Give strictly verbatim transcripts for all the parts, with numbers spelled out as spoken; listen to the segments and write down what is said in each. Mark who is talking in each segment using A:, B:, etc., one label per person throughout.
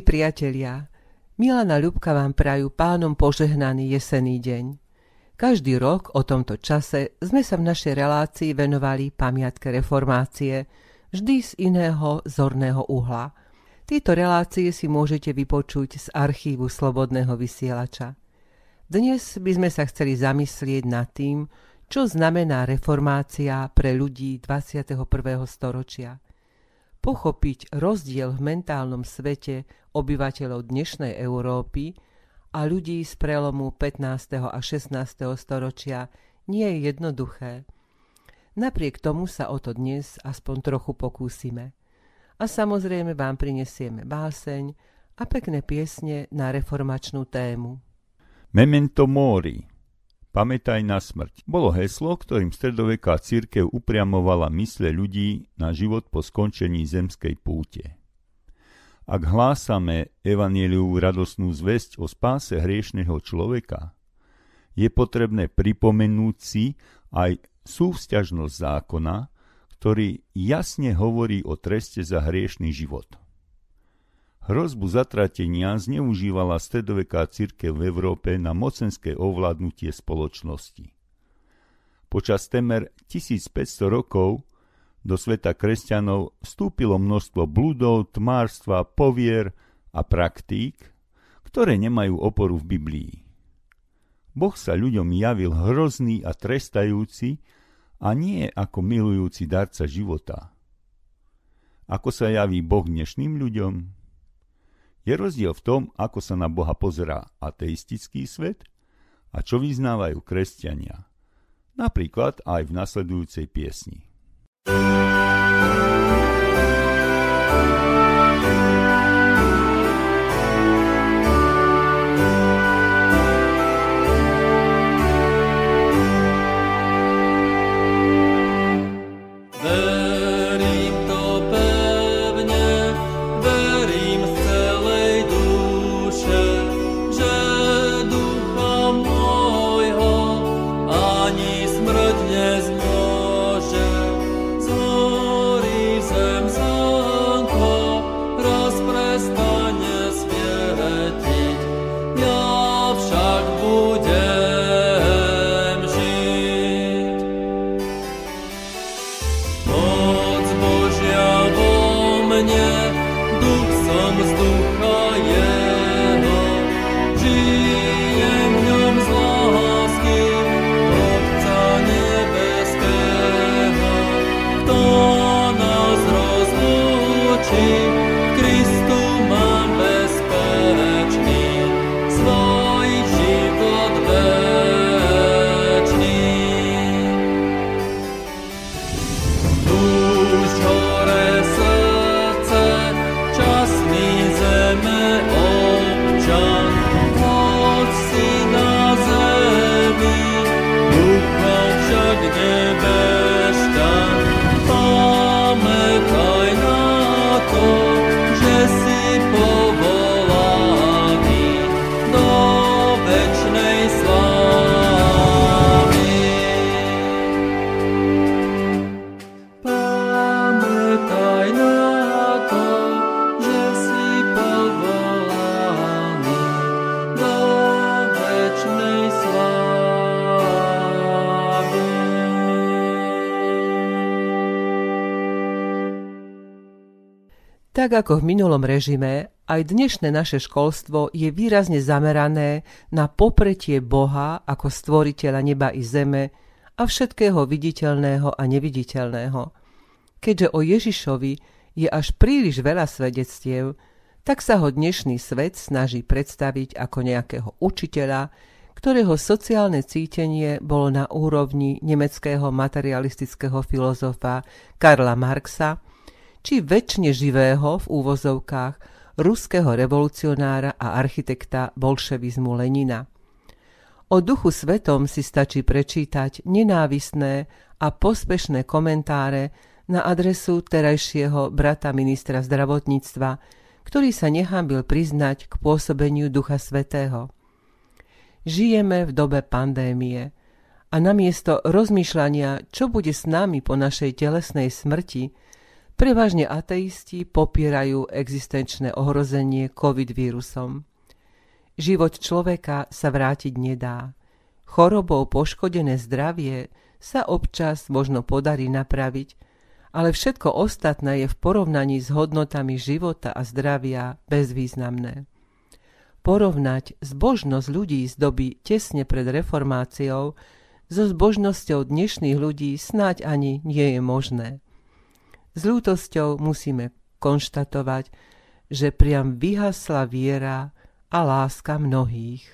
A: Milí priatelia, Milana Ľubka vám prajú Pánom požehnaný jesenný deň. Každý rok o tomto čase sme sa v našej relácii venovali pamiatke reformácie, vždy z iného zorného uhla. Tieto relácie si môžete vypočuť z archívu Slobodného vysielača. Dnes by sme sa chceli zamyslieť nad tým, čo znamená reformácia pre ľudí dvadsiateho prvého storočia. Pochopiť rozdiel v mentálnom svete obyvateľov dnešnej Európy a ľudí z prelomu pätnásteho a šestnásteho storočia nie je jednoduché. Napriek tomu sa o to dnes aspoň trochu pokúsime. A samozrejme vám prinesieme báseň a pekné piesne na reformačnú tému.
B: Memento mori. Pamätaj na smrť. Bolo heslo, ktorým stredoveká cirkev upriamovala mysle ľudí na život po skončení zemskej púte. Ak hlásame evanjeliovú radosnú zvesť o spáse hriešneho človeka, je potrebné pripomenúť si aj súvzťažnosť zákona, ktorý jasne hovorí o treste za hriešny život. Hrozbu zatratenia zneužívala stredoveká cirkev v Európe na mocenské ovládnutie spoločnosti. Počas temer tisícpäťsto rokov do sveta kresťanov vstúpilo množstvo bludov, tmárstva, povier a praktík, ktoré nemajú oporu v Biblii. Boh sa ľuďom javil hrozný a trestajúci a nie ako milujúci darca života. Ako sa javí Boh dnešným ľuďom? Je rozdiel v tom, ako sa na Boha pozerá ateistický svet a čo vyznávajú kresťania. Napríklad aj v nasledujúcej piesni.
A: Tak ako v minulom režime, aj dnešné naše školstvo je výrazne zamerané na popretie Boha ako stvoriteľa neba i zeme a všetkého viditeľného a neviditeľného. Keďže o Ježišovi je až príliš veľa svedectiev, tak sa ho dnešný svet snaží predstaviť ako nejakého učiteľa, ktorého sociálne cítenie bolo na úrovni nemeckého materialistického filozofa Karla Marxa, či večne živého v úvozovkách ruského revolucionára a architekta bolševizmu Lenina. O Duchu Svetom si stačí prečítať nenávistné a pospešné komentáre na adresu terajšieho brata ministra zdravotníctva, ktorý sa nehanbil priznať k pôsobeniu Ducha Svätého. Žijeme v dobe pandémie a namiesto rozmýšľania, čo bude s nami po našej telesnej smrti, Prevažne ateisti popierajú existenčné ohrozenie COVID vírusom. Život človeka sa vrátiť nedá. Chorobou poškodené zdravie sa občas možno podarí napraviť, ale všetko ostatné je v porovnaní s hodnotami života a zdravia bezvýznamné. Porovnať zbožnosť ľudí z doby tesne pred reformáciou so zbožnosťou dnešných ľudí snáď ani nie je možné. S ľútosťou musíme konštatovať, že priam vyhasla viera a láska mnohých.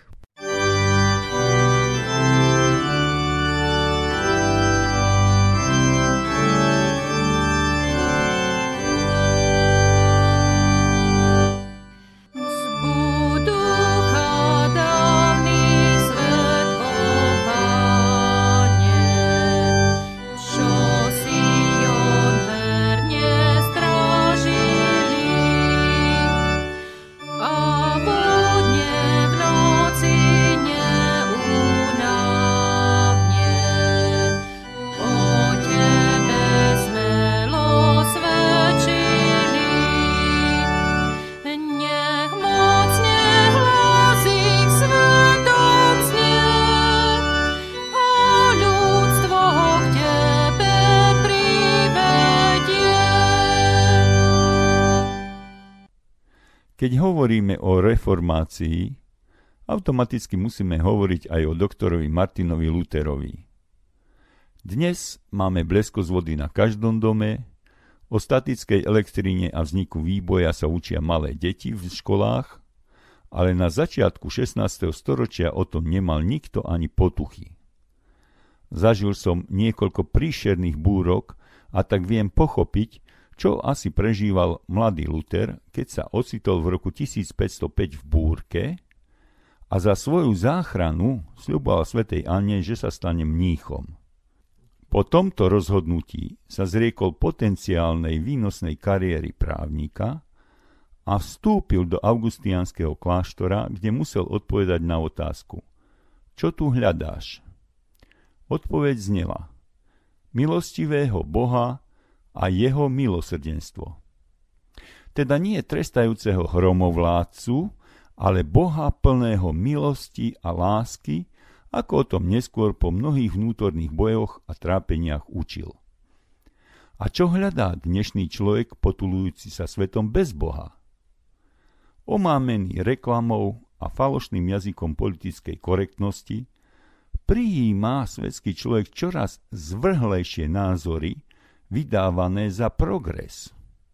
B: Keď hovoríme o reformácii, automaticky musíme hovoriť aj o doktorovi Martinovi Lutherovi. Dnes máme blesko z vody na každom dome, o statickej elektríne a vzniku výboja sa učia malé deti v školách, ale na začiatku šestnásteho storočia o tom nemal nikto ani potuchy. Zažil som niekoľko príšerných búrok a tak viem pochopiť, čo asi prežíval mladý Luther, keď sa ocitol v roku tisícpäťstopäť v búrke a za svoju záchranu sľuboval svätej Anne, že sa stane mníchom. Po tomto rozhodnutí sa zriekol potenciálnej výnosnej kariéry právnika a vstúpil do augustiánskeho kláštora, kde musel odpovedať na otázku: čo tu hľadáš? Odpoveď znela: milostivého Boha a jeho milosrdenstvo. Teda nie trestajúceho hromovládcu, ale Boha plného milosti a lásky, ako o tom neskôr po mnohých vnútorných bojoch a trápeniach učil. A čo hľadá dnešný človek potulujúci sa svetom bez Boha? Omámený reklamou a falošným jazykom politickej korektnosti prijíma svetský človek čoraz zvrhlejšie názory, vydávané za progres.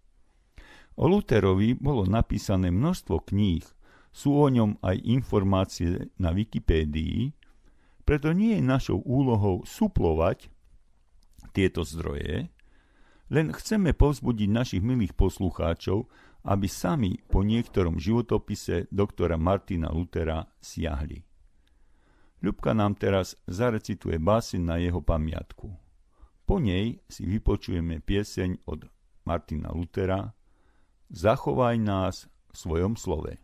B: O Lutherovi bolo napísané množstvo kníh, sú o ňom aj informácie na Wikipédii, preto nie je našou úlohou suplovať tieto zdroje, len chceme povzbudiť našich milých poslucháčov, aby sami po niektorom životopise doktora Martina Luthera siahli. Ľubka nám teraz zarecituje báseň na jeho pamiatku. Po nej si vypočujeme pieseň od Martina Luthera Zachovaj nás v svojom slove.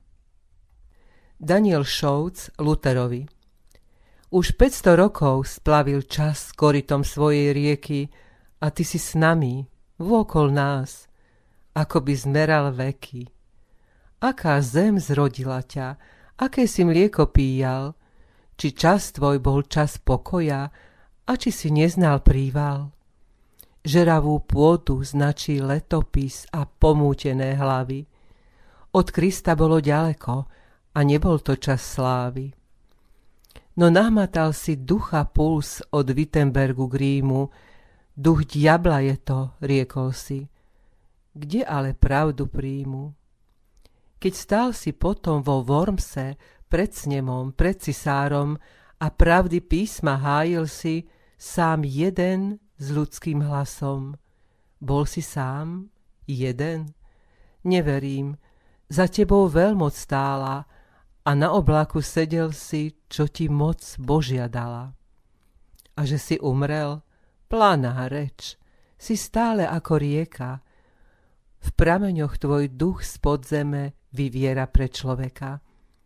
A: Daniel Šouc Lutherovi. Už päťsto rokov splavil čas korytom svojej rieky a ty si s nami, vôkol nás, ako by zmeral veky. Aká zem zrodila ťa, aké si mlieko píjal, či čas tvoj bol čas pokoja, a či si neznal príval? Žeravú pôdu značí letopis a pomútené hlavy. Od Krista bolo ďaleko a nebol to čas slávy. No nahmatal si ducha puls od Wittenbergu k Rímu, duch diabla je to, riekol si. Kde ale pravdu príjmu? Keď stál si potom vo Wormse pred snemom, pred cisárom a pravdy písma hájil si, sám jeden s ľudským hlasom. Bol si sám? Jeden? Neverím. Za tebou veľmoc stála a na oblaku sedel si, čo ti moc Božia dala. A že si umrel? Planá reč. Si stále ako rieka. V prameňoch tvoj duch z podzeme vyviera pre človeka.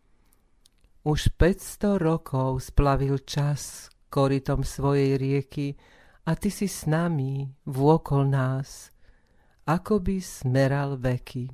A: Už päťsto rokov splavil čas korytom svojej rieky a ty si s nami, vôkol nás, ako by smeral veky.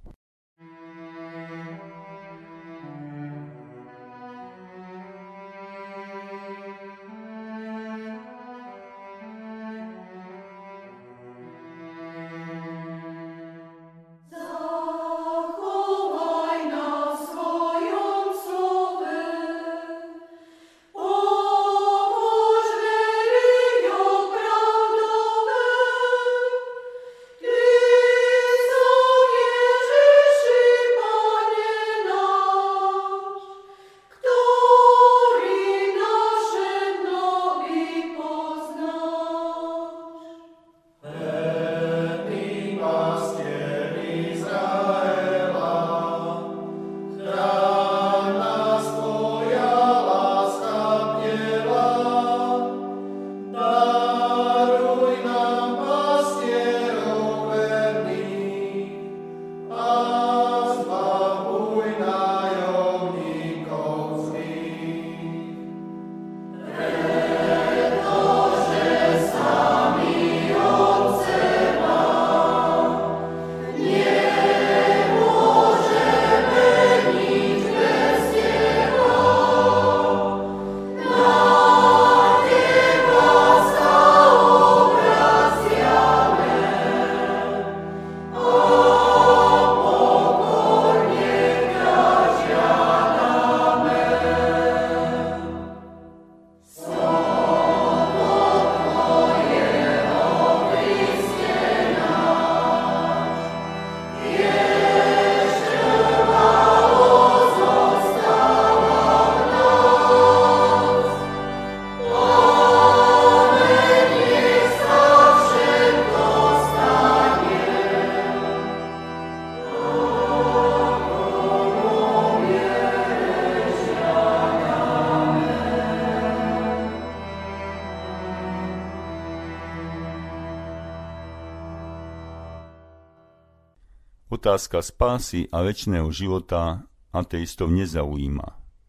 B: Otázka spásy a večného života ateistov nezaujíma.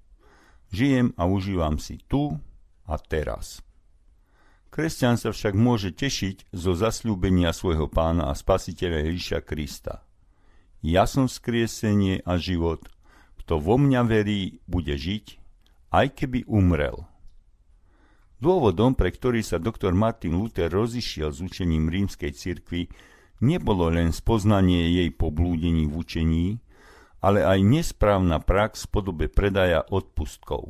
B: Žijem a užívam si tu a teraz. Kresťan sa však môže tešiť zo zasľúbenia svojho pána a spasiteľa Ježiša Krista. Ja som vzkriesenie a život, kto vo mňa verí, bude žiť, aj keby umrel. Dôvodom, pre ktorý sa doktor Martin Luther rozišiel s učením rímskej cirkvi, nebolo len spoznanie jej poblúdení v učení, ale aj nesprávna prax v podobe predaja odpustkov.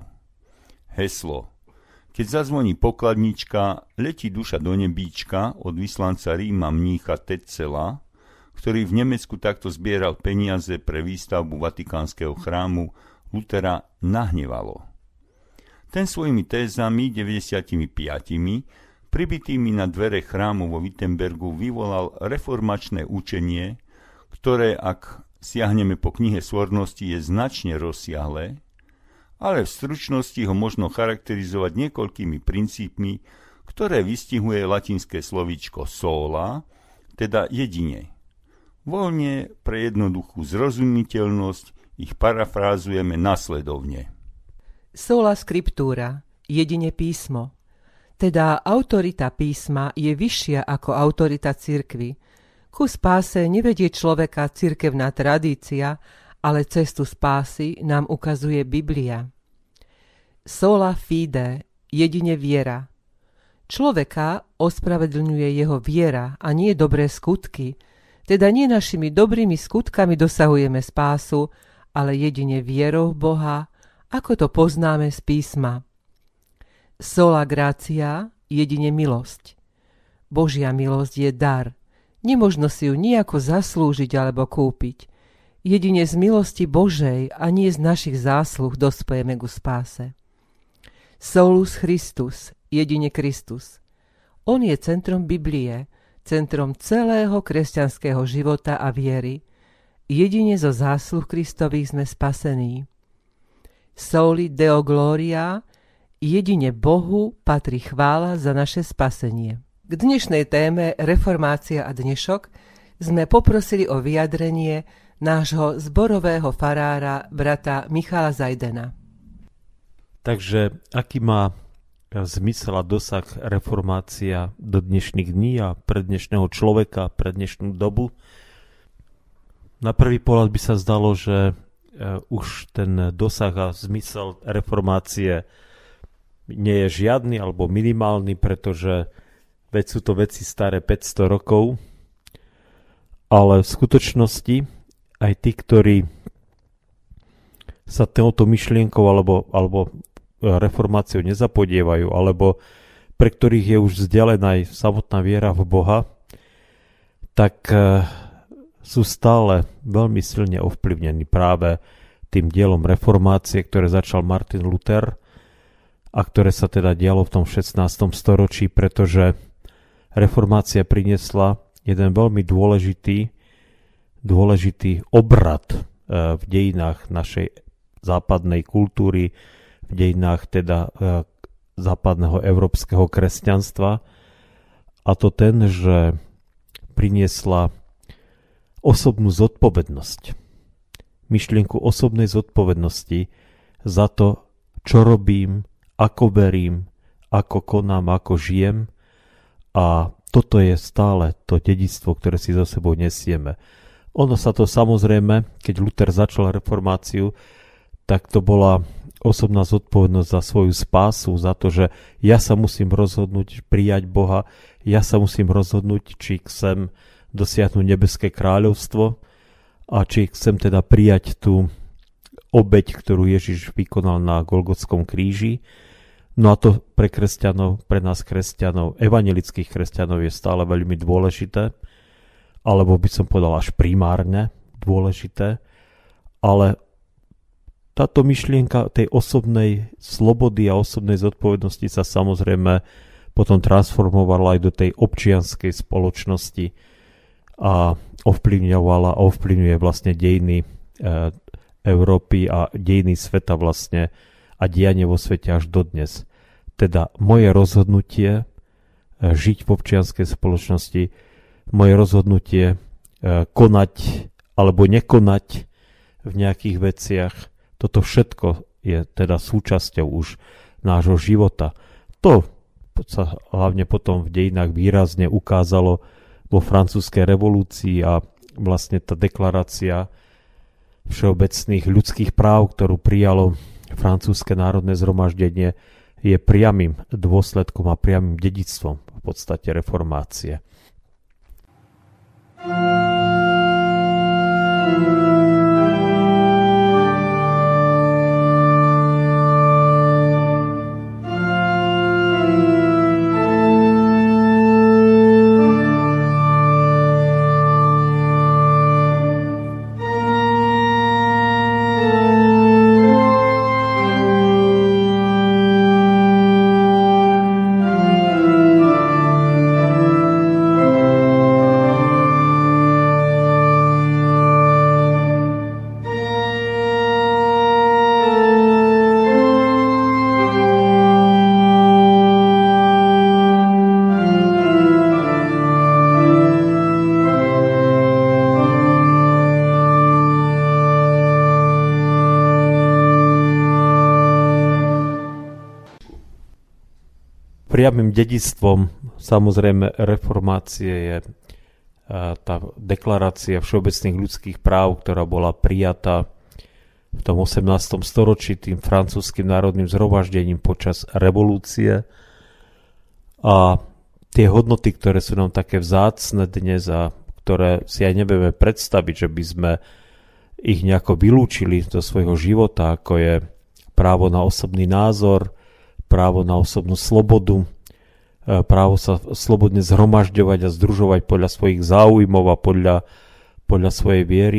B: Heslo: keď zazvoní pokladnička, letí duša do nebíčka od vyslanca Ríma mnícha Tetzela, ktorý v Nemecku takto zbieral peniaze pre výstavbu Vatikánskeho chrámu, Luthera nahnevalo. Ten svojimi tézami deväťdesiatpäť pribitými na dvere chrámu vo Wittenbergu vyvolal reformačné učenie, ktoré, ak siahneme po knihe Svornosti, je značne rozsiahle, ale v stručnosti ho možno charakterizovať niekoľkými princípmi, ktoré vystihuje latinské slovíčko sola, teda jedine. Voľne pre jednoduchú zrozumiteľnosť ich parafrázujeme nasledovne.
A: Sola scriptura, jedine písmo. Teda autorita písma je vyššia ako autorita cirkvi. Ku spáse nevedie človeka cirkevná tradícia, ale cestu spásy nám ukazuje Biblia. Sola fide, jedine viera. Človeka ospravedlňuje jeho viera a nie dobré skutky, teda nie našimi dobrými skutkami dosahujeme spásu, ale jedine vierou v Boha, ako to poznáme z písma. Sola gratia, jedine milosť. Božia milosť je dar. Nemožno si ju nejako zaslúžiť alebo kúpiť. Jedine z milosti Božej a nie z našich zásluh dospejeme ku spáse. Solus Christus, jedine Kristus. On je centrom Biblie, centrom celého kresťanského života a viery. Jedine zo zásluh Kristových sme spasení. Soli Deo Gloria, jedine Bohu patrí chvála za naše spasenie. K dnešnej téme Reformácia a dnešok sme poprosili o vyjadrenie nášho zborového farára brata Michala Zajdena.
C: Takže aký má zmysel a dosah reformácia do dnešných dní a pre dnešného človeka, pre dnešnú dobu. Na prvý pohľad by sa zdalo, že už ten dosah a zmysel reformácie nie je žiadny alebo minimálny, pretože veď sú to veci staré päťsto rokov, ale v skutočnosti aj tí, ktorí sa touto myšlienkou alebo, alebo reformáciou nezapodievajú, alebo pre ktorých je už vzdialená aj samotná viera v Boha, tak sú stále veľmi silne ovplyvnení práve tým dielom reformácie, ktoré začal Martin Luther a ktoré sa teda dialo v tom šestnástom storočí, pretože reformácia priniesla jeden veľmi dôležitý, dôležitý obrad v dejinách našej západnej kultúry, v dejinách teda západného európskeho kresťanstva, a to ten, že priniesla osobnú zodpovednosť. Myšlienku osobnej zodpovednosti za to, čo robím, ako verím, ako konám, ako žijem. A toto je stále to dedičstvo, ktoré si so sebou nesieme. Ono sa to samozrejme, keď Luther začal reformáciu, tak to bola osobná zodpovednosť za svoju spásu, za to, že ja sa musím rozhodnúť prijať Boha, ja sa musím rozhodnúť, či chcem dosiahnuť nebeské kráľovstvo a či chcem teda prijať tú obeť, ktorú Ježiš vykonal na Golgotskom kríži. No a to pre kresťanov, pre nás kresťanov, evanjelických kresťanov je stále veľmi dôležité, alebo by som povedal až primárne dôležité, ale táto myšlienka tej osobnej slobody a osobnej zodpovednosti sa samozrejme potom transformovala aj do tej občianskej spoločnosti a ovplyvňovala a ovplyvňuje vlastne dejiny e, Európy a dejiny sveta vlastne a dianie vo svete až dodnes. Teda moje rozhodnutie e, žiť v občianskej spoločnosti, moje rozhodnutie e, konať alebo nekonať v nejakých veciach, toto všetko je teda súčasťou už nášho života. To sa hlavne potom v dejinách výrazne ukázalo vo francúzskej revolúcii a vlastne tá deklarácia všeobecných ľudských práv, ktorú prijalo francúzske národné zhromaždenie, je priamym dôsledkom a priamym dedičstvom v podstate reformácie. Priamym dedičstvom samozrejme reformácie je tá deklarácia všeobecných ľudských práv, ktorá bola prijatá v tom osemnástom storočí tým francúzskym národným zhromaždením počas revolúcie. A tie hodnoty, ktoré sú nám také vzácne dnes a ktoré si aj nevieme predstaviť, že by sme ich nejako vylúčili zo svojho života, ako je právo na osobný názor, právo na osobnú slobodu, právo sa slobodne zhromažďovať a združovať podľa svojich záujmov a podľa, podľa svojej viery,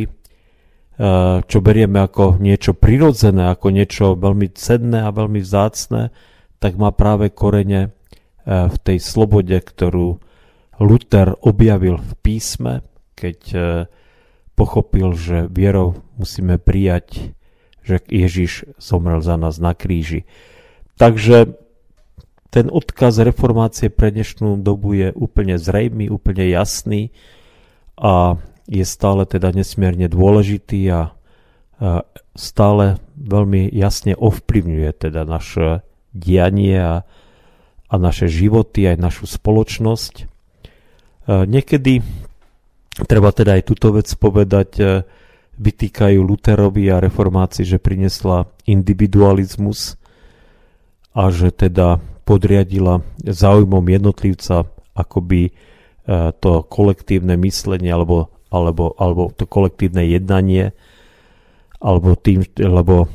C: čo berieme ako niečo prirodzené, ako niečo veľmi cenné a veľmi vzácne, tak má práve korene v tej slobode, ktorú Luther objavil v písme, keď pochopil, že vierou musíme prijať, že Ježiš zomrel za nás na kríži. Takže ten odkaz reformácie pre dnešnú dobu je úplne zrejmý, úplne jasný a je stále teda nesmierne dôležitý a stále veľmi jasne ovplyvňuje teda naše dianie a a naše životy, aj našu spoločnosť. E, niekedy, treba teda aj túto vec povedať, e, vytýkajú Lutherovi a reformácii, že priniesla individualizmus a že teda podriadila záujmom jednotlivca akoby e, to kolektívne myslenie alebo, alebo, alebo to kolektívne jednanie, alebo tým, lebo e,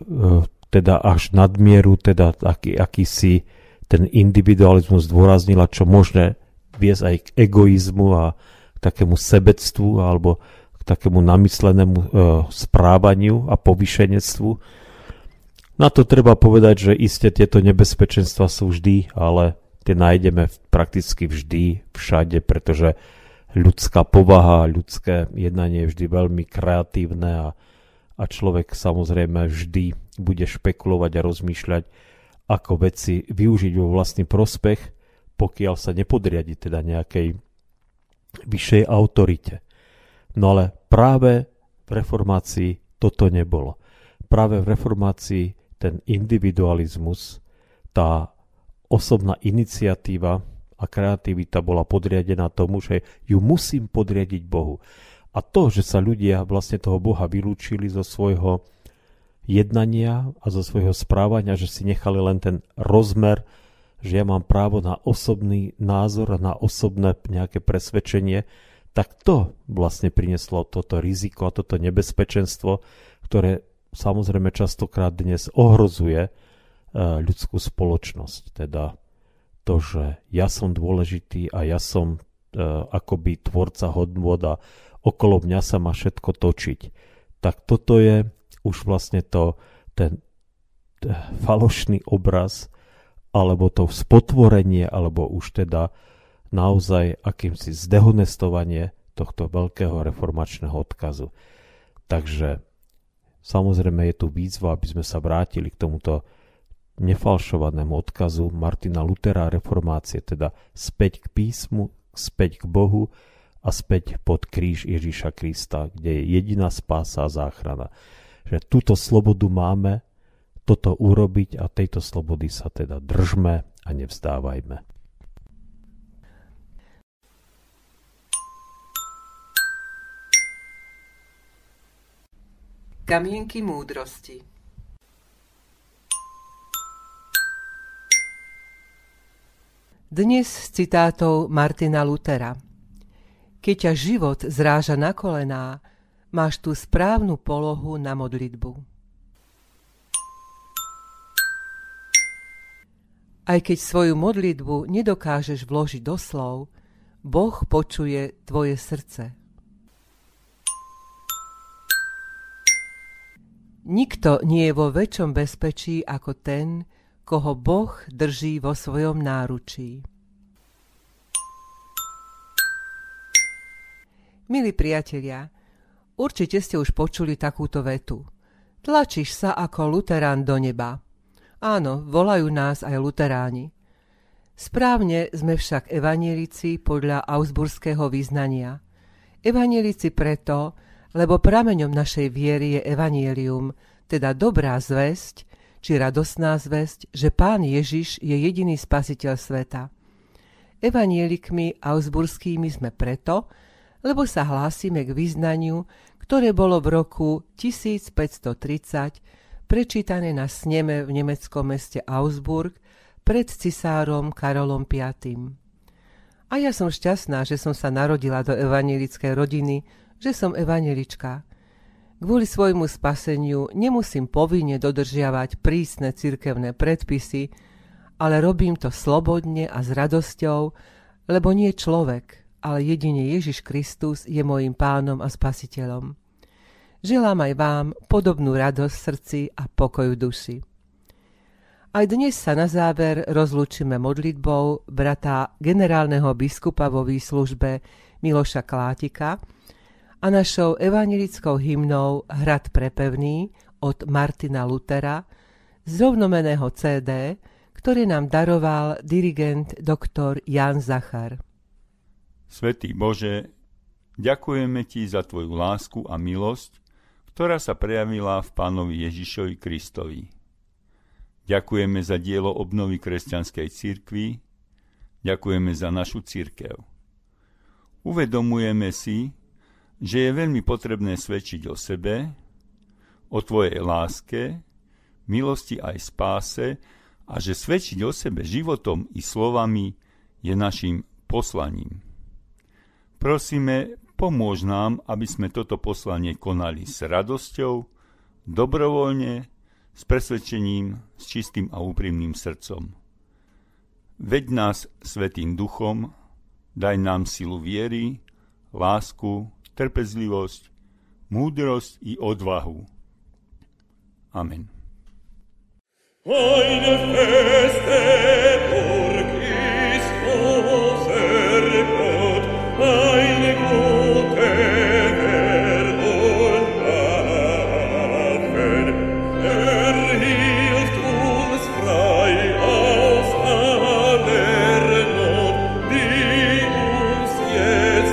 C: teda až nadmieru, teda aký, akýsi ten individualizmus zdôraznila, čo môže viesť aj k egoizmu a k takému sebectvu alebo k takému namyslenému e, správaniu a povýšenectvu. Na to treba povedať, že iste tieto nebezpečenstva sú vždy, ale tie nájdeme prakticky vždy, všade, pretože ľudská povaha, ľudské jednanie je vždy veľmi kreatívne a, a človek samozrejme vždy bude špekulovať a rozmýšľať, ako veci využiť vo vlastný prospech, pokiaľ sa nepodriadi teda nejakej vyššej autorite. No ale práve v reformácii toto nebolo. Práve v reformácii ten individualizmus, tá osobná iniciatíva a kreativita bola podriadená tomu, že ju musím podriadiť Bohu. A to, že sa ľudia vlastne toho Boha vylúčili zo svojho jednania a zo svojho správania, že si nechali len ten rozmer, že ja mám právo na osobný názor a na osobné nejaké presvedčenie, tak to vlastne prinieslo toto riziko a toto nebezpečenstvo, ktoré samozrejme častokrát dnes ohrozuje ľudskú spoločnosť. Teda to, že ja som dôležitý a ja som akoby tvorca hodnôt a okolo mňa sa má všetko točiť. Tak toto je už vlastne to, ten falošný obraz, alebo to spotvorenie, alebo už teda naozaj akýmsi zdehonestovanie tohto veľkého reformačného odkazu. Takže samozrejme je tu výzva, aby sme sa vrátili k tomuto nefalšovanému odkazu Martina Luthera a reformácie, teda späť k písmu, späť k Bohu a späť pod kríž Ježíša Krista, kde je jediná spása a záchrana. Že túto slobodu máme toto urobiť a tejto slobody sa teda držme a nevzdávajme.
A: Kamienky múdrosti. Dnes z citátov Martina Luthera. Keď ťa život zráža na kolená, máš tú správnu polohu na modlitbu. Aj keď svoju modlitbu nedokážeš vložiť do slov, Boh počuje tvoje srdce. Nikto nie je vo väčšom bezpečí ako ten, koho Boh drží vo svojom náručí. Milí priatelia, určite ste už počuli takúto vetu. Tlačíš sa ako luterán do neba. Áno, volajú nás aj luteráni. Správne sme však evanjelici podľa augsburského vyznania. Evanjelici preto, lebo prameňom našej viery je evanjelium, teda dobrá zvesť, či radosná zvesť, že Pán Ježiš je jediný spasiteľ sveta. Evanjelikmi augsburskými sme preto, lebo sa hlásime k vyznaniu, ktoré bolo v roku tisícpäťstotridsať prečítané na sneme v nemeckom meste Augsburg pred cisárom Karolom piatym. A ja som šťastná, že som sa narodila do evanjelickej rodiny, že som evanjelička. Kvôli svojmu spaseniu nemusím povinne dodržiavať prísne cirkevné predpisy, ale robím to slobodne a s radosťou, lebo nie človek, ale jedine Ježiš Kristus je mojím pánom a spasiteľom. Želám aj vám podobnú radosť v srdci a pokoj v duši. Aj dnes sa na záver rozlúčime modlitbou brata generálneho biskupa vo výslužbe Miloša Klátika a našou evanjelickou hymnou Hrad prepevný od Martina Luthera z rovnomenného cé dé, ktoré nám daroval dirigent doktor Jan Zachar.
B: Svätý Bože, ďakujeme Ti za Tvoju lásku a milosť, ktorá sa prejavila v Pánovi Ježišovi Kristovi. Ďakujeme za dielo obnovy kresťanskej cirkvi, ďakujeme za našu cirkev. Uvedomujeme si, že je veľmi potrebné svedčiť o sebe, o tvojej láske, milosti aj spáse a že svedčiť o sebe životom i slovami je našim poslaním. Prosíme, pomôž nám, aby sme toto poslanie konali s radosťou, dobrovoľne, s presvedčením, s čistým a úprimným srdcom. Veď nás Svätým Duchom, daj nám silu viery, lásku, trpezlivosť, múdrosť i odvahu. Amen.
D: Eine feste Burg ist unser Gott, eine gute Wehr und Waffen. Er hilft uns frei aus aller Not, die uns jetzt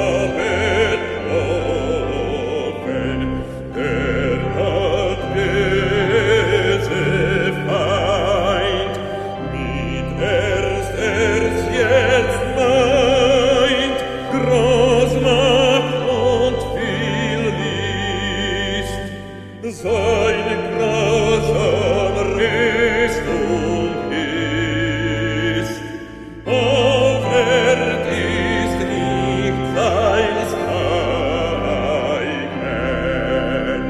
D: betroffen. Der hat böse Feind mit erst erst jetzt meint, Großmacht und viel List, seine grausame Rüstung ist. Aufwärts ist nicht seines Eigen.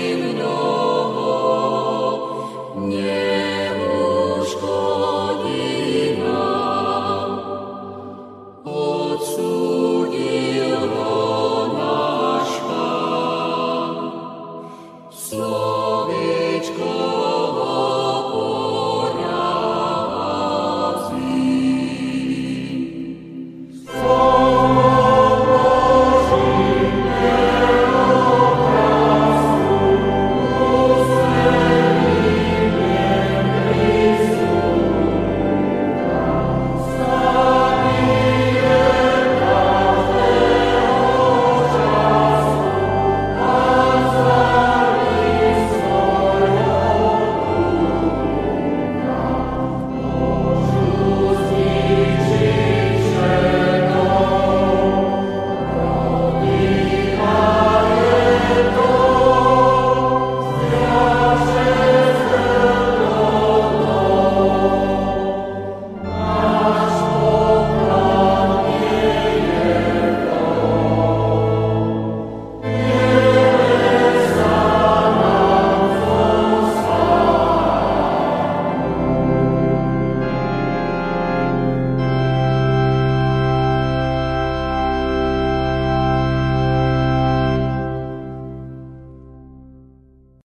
E: Neuszkodzi